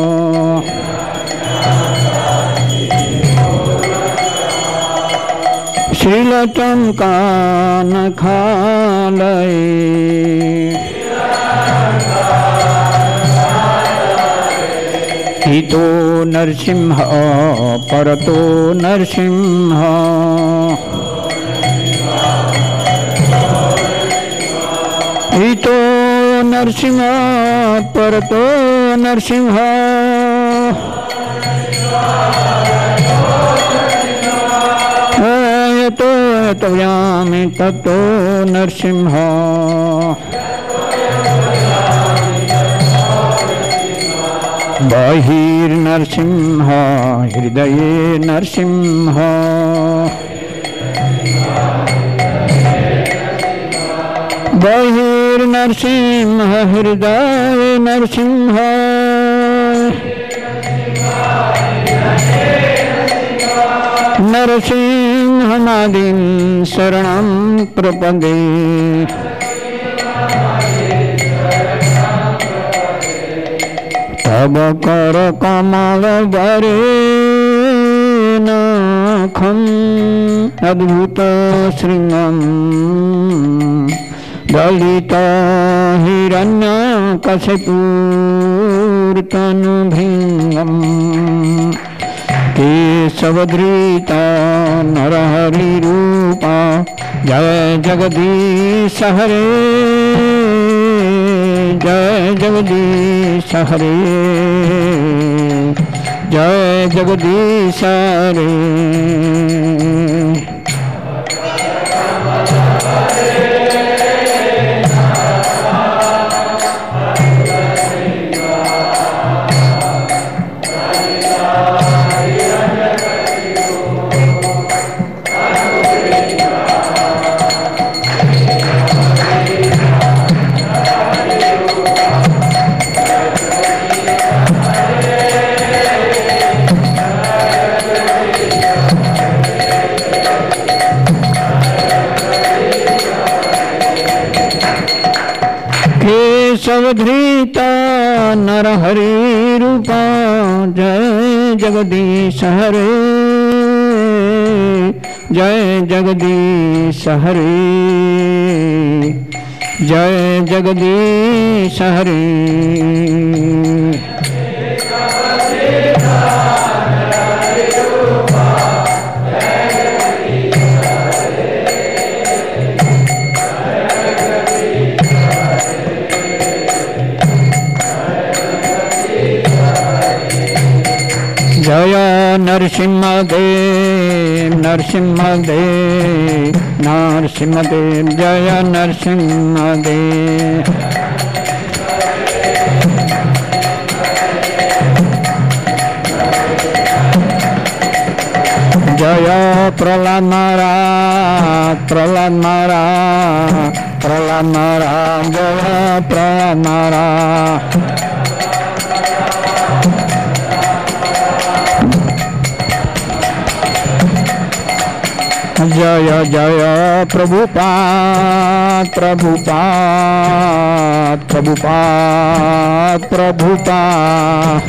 Srilatankanakhalai Hito Narsimha Parato Narsimha Hito Narsimha Parato Narsimha Ayato Yatoyami Tato Narsimha Bahir Narsimha Hridaye Narsimha Bahir Narsimha Hridaye Narsimha Narsimha Nadim Saranam Prapade Tabakara Kamala Varenakham Adbhuta Sringam Dalita Hiranya Kasipurtanu Bhingam Kesavadrita Narahari Rupa Jaya Jagadish Hare Jaya Jagadish Hare Jaya Jagadish Hare Jagadrita Narahari Rupa Jai Jagadish Hare Jai Jagadish Hare Jai Jagadish Hare Jaya Narsimha Dev, Narsimha Dev, Narsimha Dev, Jaya Narsimha Dev. Jaya Prahlad Maharaj, Prahlad Maharaj, Prahlad Maharaj, Jaya Prahlad Maharaj. Jaya Jaya Prabhupada, Prabhupada, Prabhupada, Prabhupada.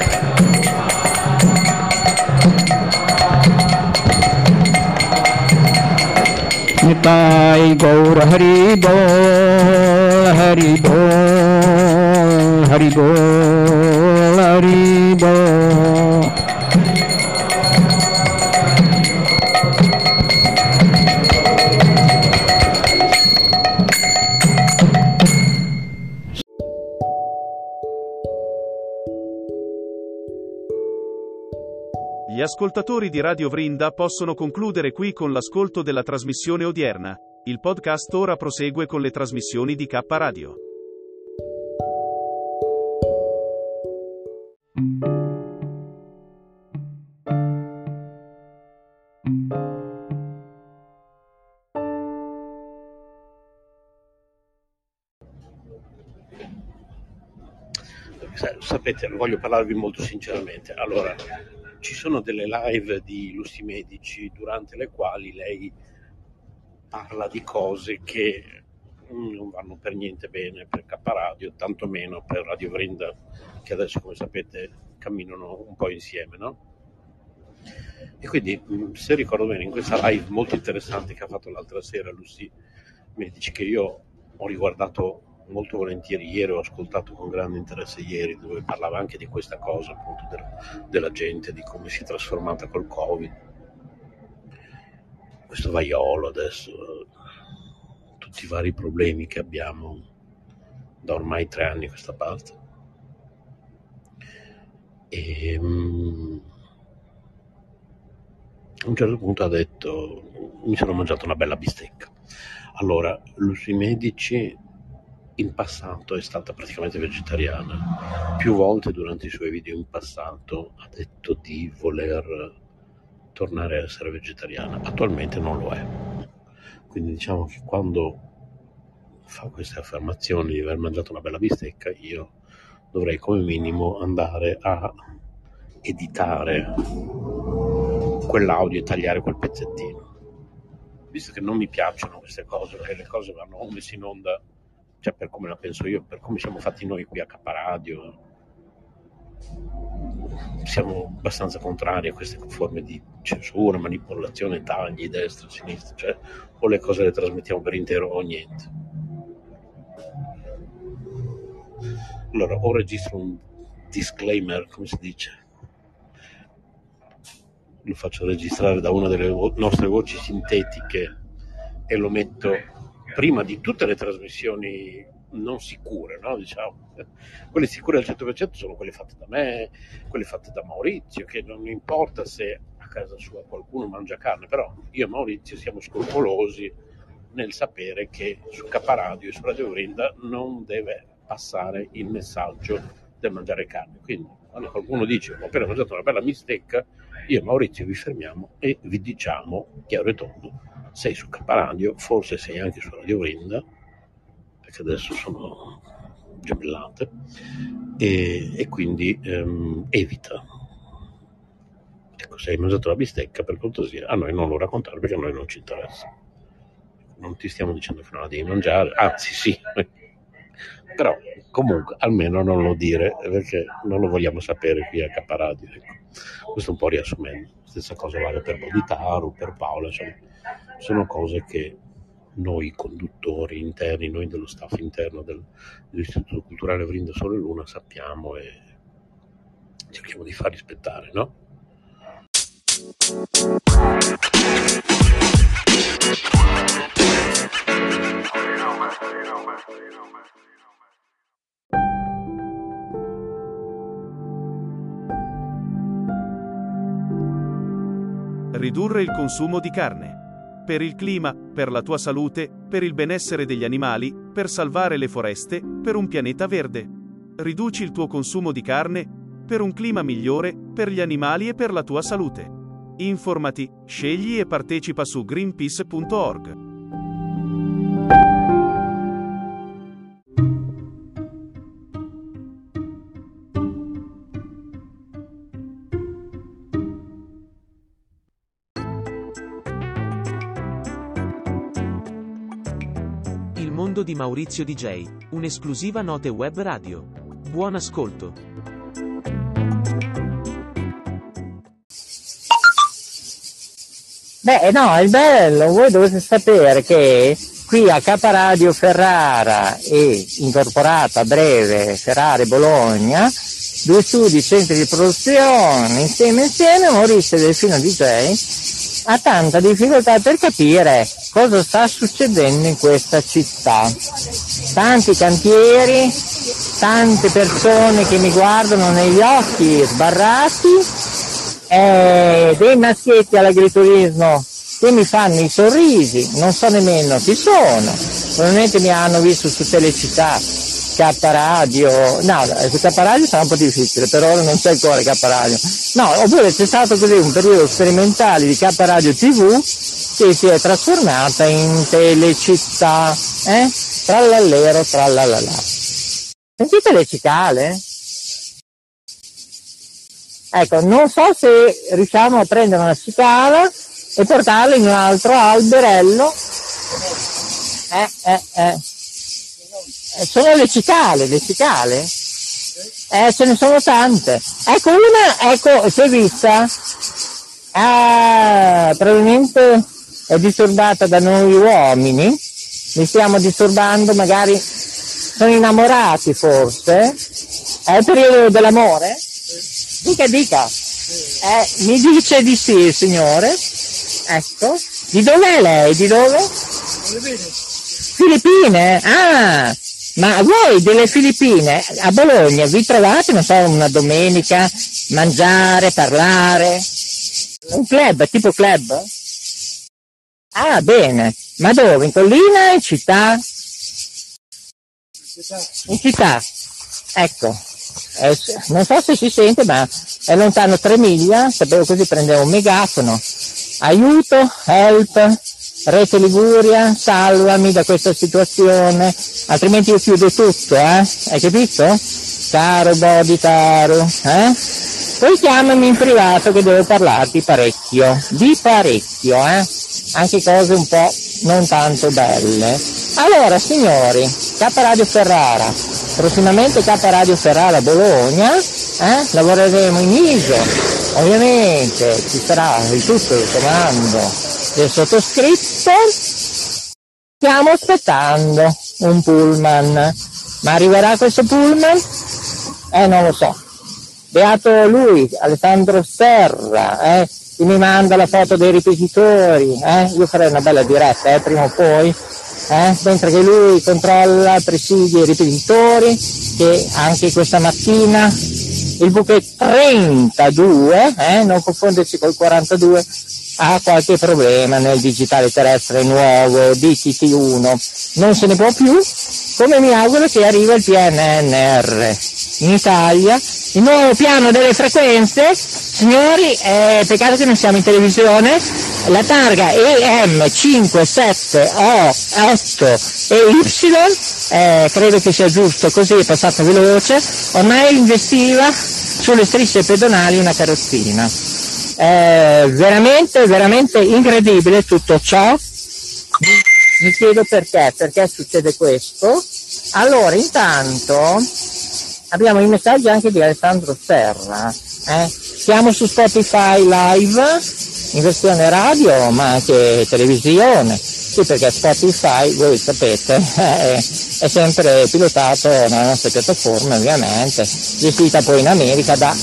Nitai Gaur Hari Bol, Hari Bol, Hari Bol, Hari Bol. Gli ascoltatori di Radio Vrinda possono concludere qui con l'ascolto della trasmissione odierna. Il podcast ora prosegue con le trasmissioni di K Radio. Sapete, voglio parlarvi molto sinceramente. Allora, ci sono delle live di Lussi Medici durante le quali lei parla di cose che non vanno per niente bene per K Radio, tantomeno per Radio Vrinda, che adesso, come sapete, camminano un po' insieme, no? E quindi, se ricordo bene, in questa live molto interessante che ha fatto l'altra sera Lussi Medici, che io ho riguardato molto volentieri ieri, ho ascoltato con grande interesse ieri, dove parlava anche di questa cosa, appunto, della, della gente, di come si è trasformata col Covid, questo vaiolo adesso, tutti i vari problemi che abbiamo da ormai tre anni a questa parte. E um, a un certo punto ha detto: mi sono mangiato una bella bistecca. Allora, Lussi Medici in passato è stata praticamente vegetariana. Più volte durante i suoi video in passato ha detto di voler tornare a essere vegetariana. Attualmente non lo è. Quindi diciamo che quando fa queste affermazioni di aver mangiato una bella bistecca, io dovrei come minimo andare a editare quell'audio e tagliare quel pezzettino. Visto che non mi piacciono queste cose, perché le cose vanno messe in onda, cioè per come la penso io, per come siamo fatti noi qui a K Radio, siamo abbastanza contrari a queste forme di censura, manipolazione, tagli, destra, sinistra, cioè o le cose le trasmettiamo per intero o niente. Allora, o registro un disclaimer, come si dice, lo faccio registrare da una delle vo- nostre voci sintetiche e lo metto prima di tutte le trasmissioni non sicure, no? Diciamo, quelle sicure al cento per cento sono quelle fatte da me, quelle fatte da Maurizio, che non importa se a casa sua qualcuno mangia carne, però io e Maurizio siamo scrupolosi nel sapere che su K Radio e su Radio Vrinda non deve passare il messaggio del mangiare carne. Quindi quando qualcuno dice ho appena mangiato una bella bistecca, io e Maurizio vi fermiamo e vi diciamo chiaro e tondo: sei su K Radio, forse sei anche su Radio Vrinda, perché adesso sono gemellate, e, e quindi ehm, evita. Ecco, se hai mangiato la bistecca, per cortesia, a noi non lo raccontare, perché a noi non ci interessa. Non ti stiamo dicendo che non la devi mangiare, anzi sì, Però comunque almeno non lo dire, perché non lo vogliamo sapere qui a K Radio, ecco. Questo un po' riassumendo. Stessa cosa vale per Bodhitaru, per Paola, insomma, sono cose che noi conduttori interni, noi dello staff interno del, dell'Istituto Culturale Vrinda Sole Luna sappiamo e cerchiamo di far rispettare, no? Ridurre il consumo di carne. Per il clima, per la tua salute, per il benessere degli animali, per salvare le foreste, per un pianeta verde. Riduci il tuo consumo di carne, per un clima migliore, per gli animali e per la tua salute. Informati, scegli e partecipa su greenpeace punto org. Il mondo di Maurizio D J, un'esclusiva Note Web Radio. Buon ascolto. Beh, no, è bello, voi dovete sapere che qui a K Radio Ferrara e incorporato a breve Ferrara e Bologna, due studi, centri di produzione, insieme insieme, Maurizio Delfino D J ha tanta difficoltà per capire cosa sta succedendo in questa città. Tanti cantieri, tante persone che mi guardano negli occhi sbarrati, eh, dei maschietti all'agriturismo che mi fanno i sorrisi, non so nemmeno chi sono, probabilmente mi hanno visto su Telecittà, K Radio, no, K Radio sarà un po' difficile, per ora non c'è ancora K Radio, no, oppure c'è stato così un periodo sperimentale di K Radio tivù che si è trasformata in Telecittà, eh? Trallallero, trallallà. Sentite le cicale? Ecco, non so se riusciamo a prendere una cicala e portarla in un altro alberello. Eh, eh, eh. Sono le cicale, le cicale? Eh, ce ne sono tante. Ecco una, ecco, si è vista? Ah, probabilmente è disturbata da noi uomini, li stiamo disturbando, magari sono innamorati forse, è il periodo dell'amore? Dica, dica, eh, mi dice di sì il signore, ecco, di dov'è lei, di dove? Filippine, ah, ma voi delle Filippine a Bologna vi trovate, non so, una domenica, mangiare, parlare, un club, tipo club? Ah, bene. Ma dove? In collina? In città? In città. Ecco. Eh, non so se si sente, ma è lontano tre miglia, sapevo, così prendevo un megafono. Aiuto, help, Rete Liguria, salvami da questa situazione, altrimenti io chiudo tutto, eh? Hai capito? Caro Bodhitaru, eh? Poi chiamami in privato che devo parlarti parecchio, di parecchio, eh? Anche cose un po' non tanto belle. Allora, signori, K Radio Ferrara, prossimamente K Radio Ferrara Bologna, eh? Lavoreremo in I S O, ovviamente ci sarà il tutto il comando del sottoscritto. Stiamo aspettando un pullman, ma arriverà questo pullman? Eh, non lo so. Beato lui, Alessandro Serra, eh? Che mi manda la foto dei ripetitori, eh? Io farei una bella diretta, eh? Prima o poi, eh? Mentre che lui controlla, presidia i ripetitori, che anche questa mattina il buco trentadue, eh? Non confonderci col quarantadue, ha qualche problema nel digitale terrestre nuovo D T T uno, non se ne può più, come mi auguro che arriva il P N N R in Italia, il nuovo piano delle frequenze. Signori, eh, peccato che non siamo in televisione, la targa E M cinque sette O otto e Y, eh, credo che sia giusto, così è passata veloce, ormai investiva sulle strisce pedonali una carrozzina. Eh, veramente, veramente incredibile tutto ciò. Mi chiedo perché, perché succede questo, Allora, intanto abbiamo i messaggi anche di Alessandro Serra. Eh? Siamo su Spotify live, in versione radio, ma anche televisione. Sì, perché Spotify, voi sapete, è, è sempre pilotato nella nostra piattaforma, ovviamente, gestita poi in America da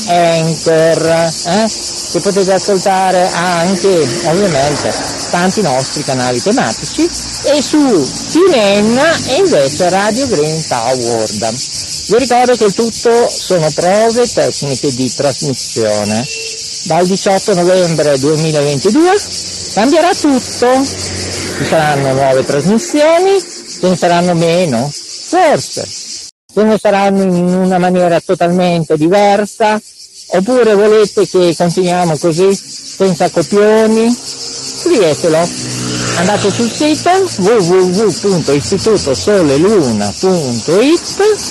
Anchor, eh? che potete ascoltare anche, ovviamente, tanti nostri canali tematici, e su TuneIn e invece Radio Green Award. Vi ricordo che il tutto sono prove tecniche di trasmissione. Dal diciotto novembre duemilaventidue cambierà tutto, ci saranno nuove trasmissioni, ce ne saranno meno, forse, ce ne saranno in una maniera totalmente diversa, oppure volete che continuiamo così, senza copioni? Scrivetelo, andate sul sito w w w punto istituto sole luna punto it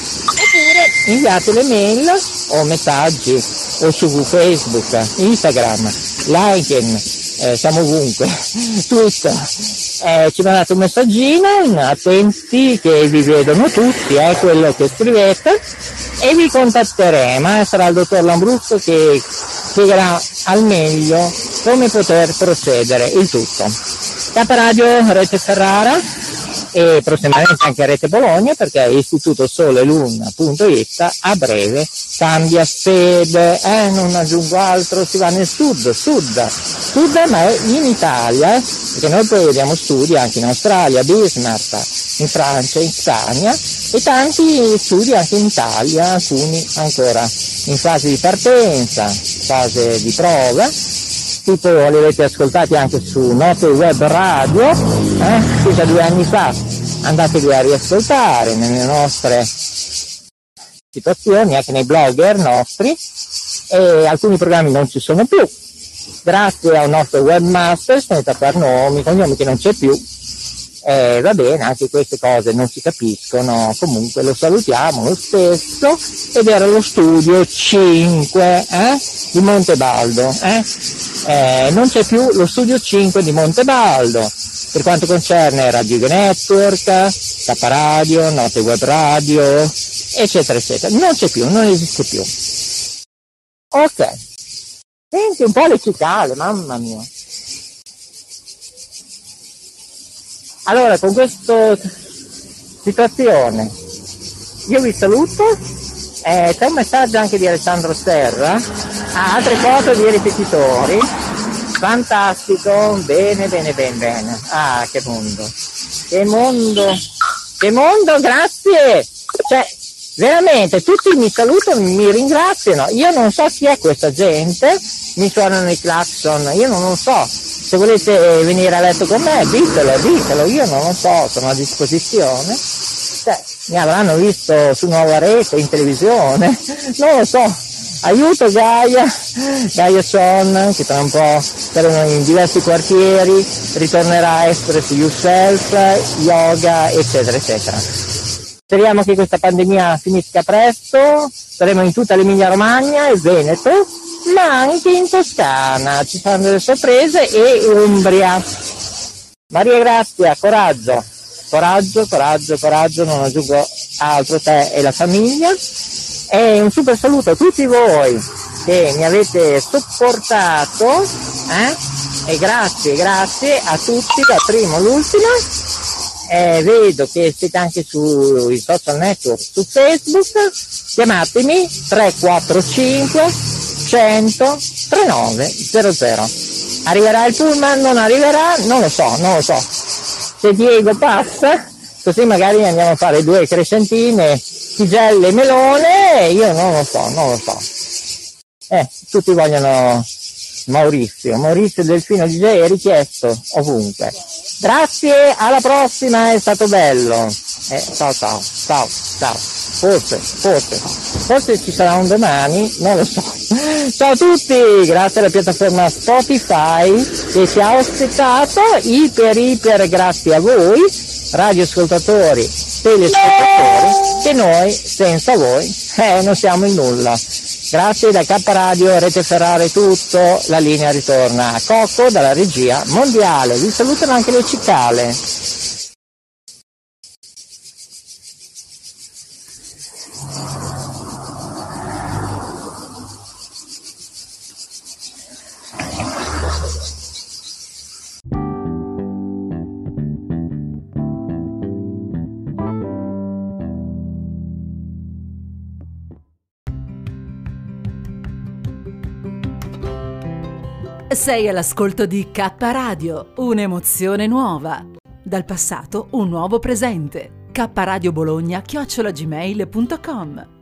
oppure inviate le mail o messaggi o su Facebook, Instagram, LinkedIn, eh, siamo ovunque, Twitter, eh, ci mandate un messaggino, attenti che vi vedono tutti, eh, quello che scrivete, e vi contatteremo, eh, sarà il dottor Lambrusco che spiegherà al meglio come poter procedere il tutto. K Radio Rete Ferrara e prossimamente anche Rete Bologna, perché Istituto Sole Luna punto it a breve cambia sede, eh, non aggiungo altro, si va nel sud, sud, sud ma è in Italia, eh, perché noi poi abbiamo studi anche in Australia, Bismarck, in Francia, in Spagna e tanti studi anche in Italia, alcuni ancora in fase di partenza, fase di prova, tipo li avete ascoltati anche su Note Web Radio, eh, circa due anni fa, andatevi a riascoltare nelle nostre situazioni, anche nei blogger nostri, e alcuni programmi non ci sono più, grazie a un nostro webmaster senza far nomi, cognomi che non c'è più, e va bene, anche queste cose non si capiscono, comunque lo salutiamo lo stesso, ed era lo studio cinque eh, di Montebaldo, eh? Eh, non c'è più lo studio cinque di Montebaldo, per quanto concerne Radio Network, K Radio, Note Web Radio, eccetera eccetera, non c'è più, non esiste più. Ok, senti un po' le cicale, mamma mia. Allora, con questa situazione io vi saluto, eh, c'è un messaggio anche di Alessandro Serra, ha altre foto di ripetitori, fantastico, bene bene bene bene, ah che mondo, che mondo, che mondo, grazie, cioè veramente tutti mi salutano, mi ringraziano, io non so chi è questa gente, mi suonano i clacson, io non lo so. Se volete venire a letto con me, ditelo, ditelo, io non lo so, sono a disposizione. Cioè, mi avranno visto su Nuova Rete, in televisione, non lo so. Aiuto Gaia, Gaia Son, che tra un po' saremo in diversi quartieri, ritornerà a Express Yourself, yoga, eccetera, eccetera. Speriamo che questa pandemia finisca presto, saremo in tutta l'Emilia Romagna e Veneto, ma anche in Toscana, ci saranno delle sorprese, e Umbria. Maria Grazia, coraggio, coraggio, coraggio, coraggio, non aggiungo altro, te e la famiglia, e un super saluto a tutti voi che mi avete sopportato, eh? E grazie, grazie a tutti, da primo all'ultimo. Eh, vedo che siete anche sui social network, su Facebook, chiamatemi tre quattro cinque cento trentanove zero zero. Arriverà il pullman, non arriverà, non lo so, non lo so. Se Diego passa, così magari andiamo a fare due crescentine, tigelle e melone, io non lo so, non lo so. Eh, tutti vogliono Maurizio, Maurizio Delfino D J è richiesto ovunque. Grazie, alla prossima, è stato bello. Eh, ciao ciao, ciao, ciao. Forse, forse, forse ci sarà un domani, non lo so. Ciao a tutti, grazie alla piattaforma Spotify che ci ha ospitato, iper iper grazie a voi, radioascoltatori, telespettatori, che noi senza voi eh, non siamo in nulla. Grazie da K Radio, Rete Ferrara è tutto, la linea ritorna a Cocco dalla regia mondiale, vi salutano anche le cicale. Sei all'ascolto di K Radio, un'emozione nuova. Dal passato un nuovo presente. K Radio Bologna chiocciola gmail punto com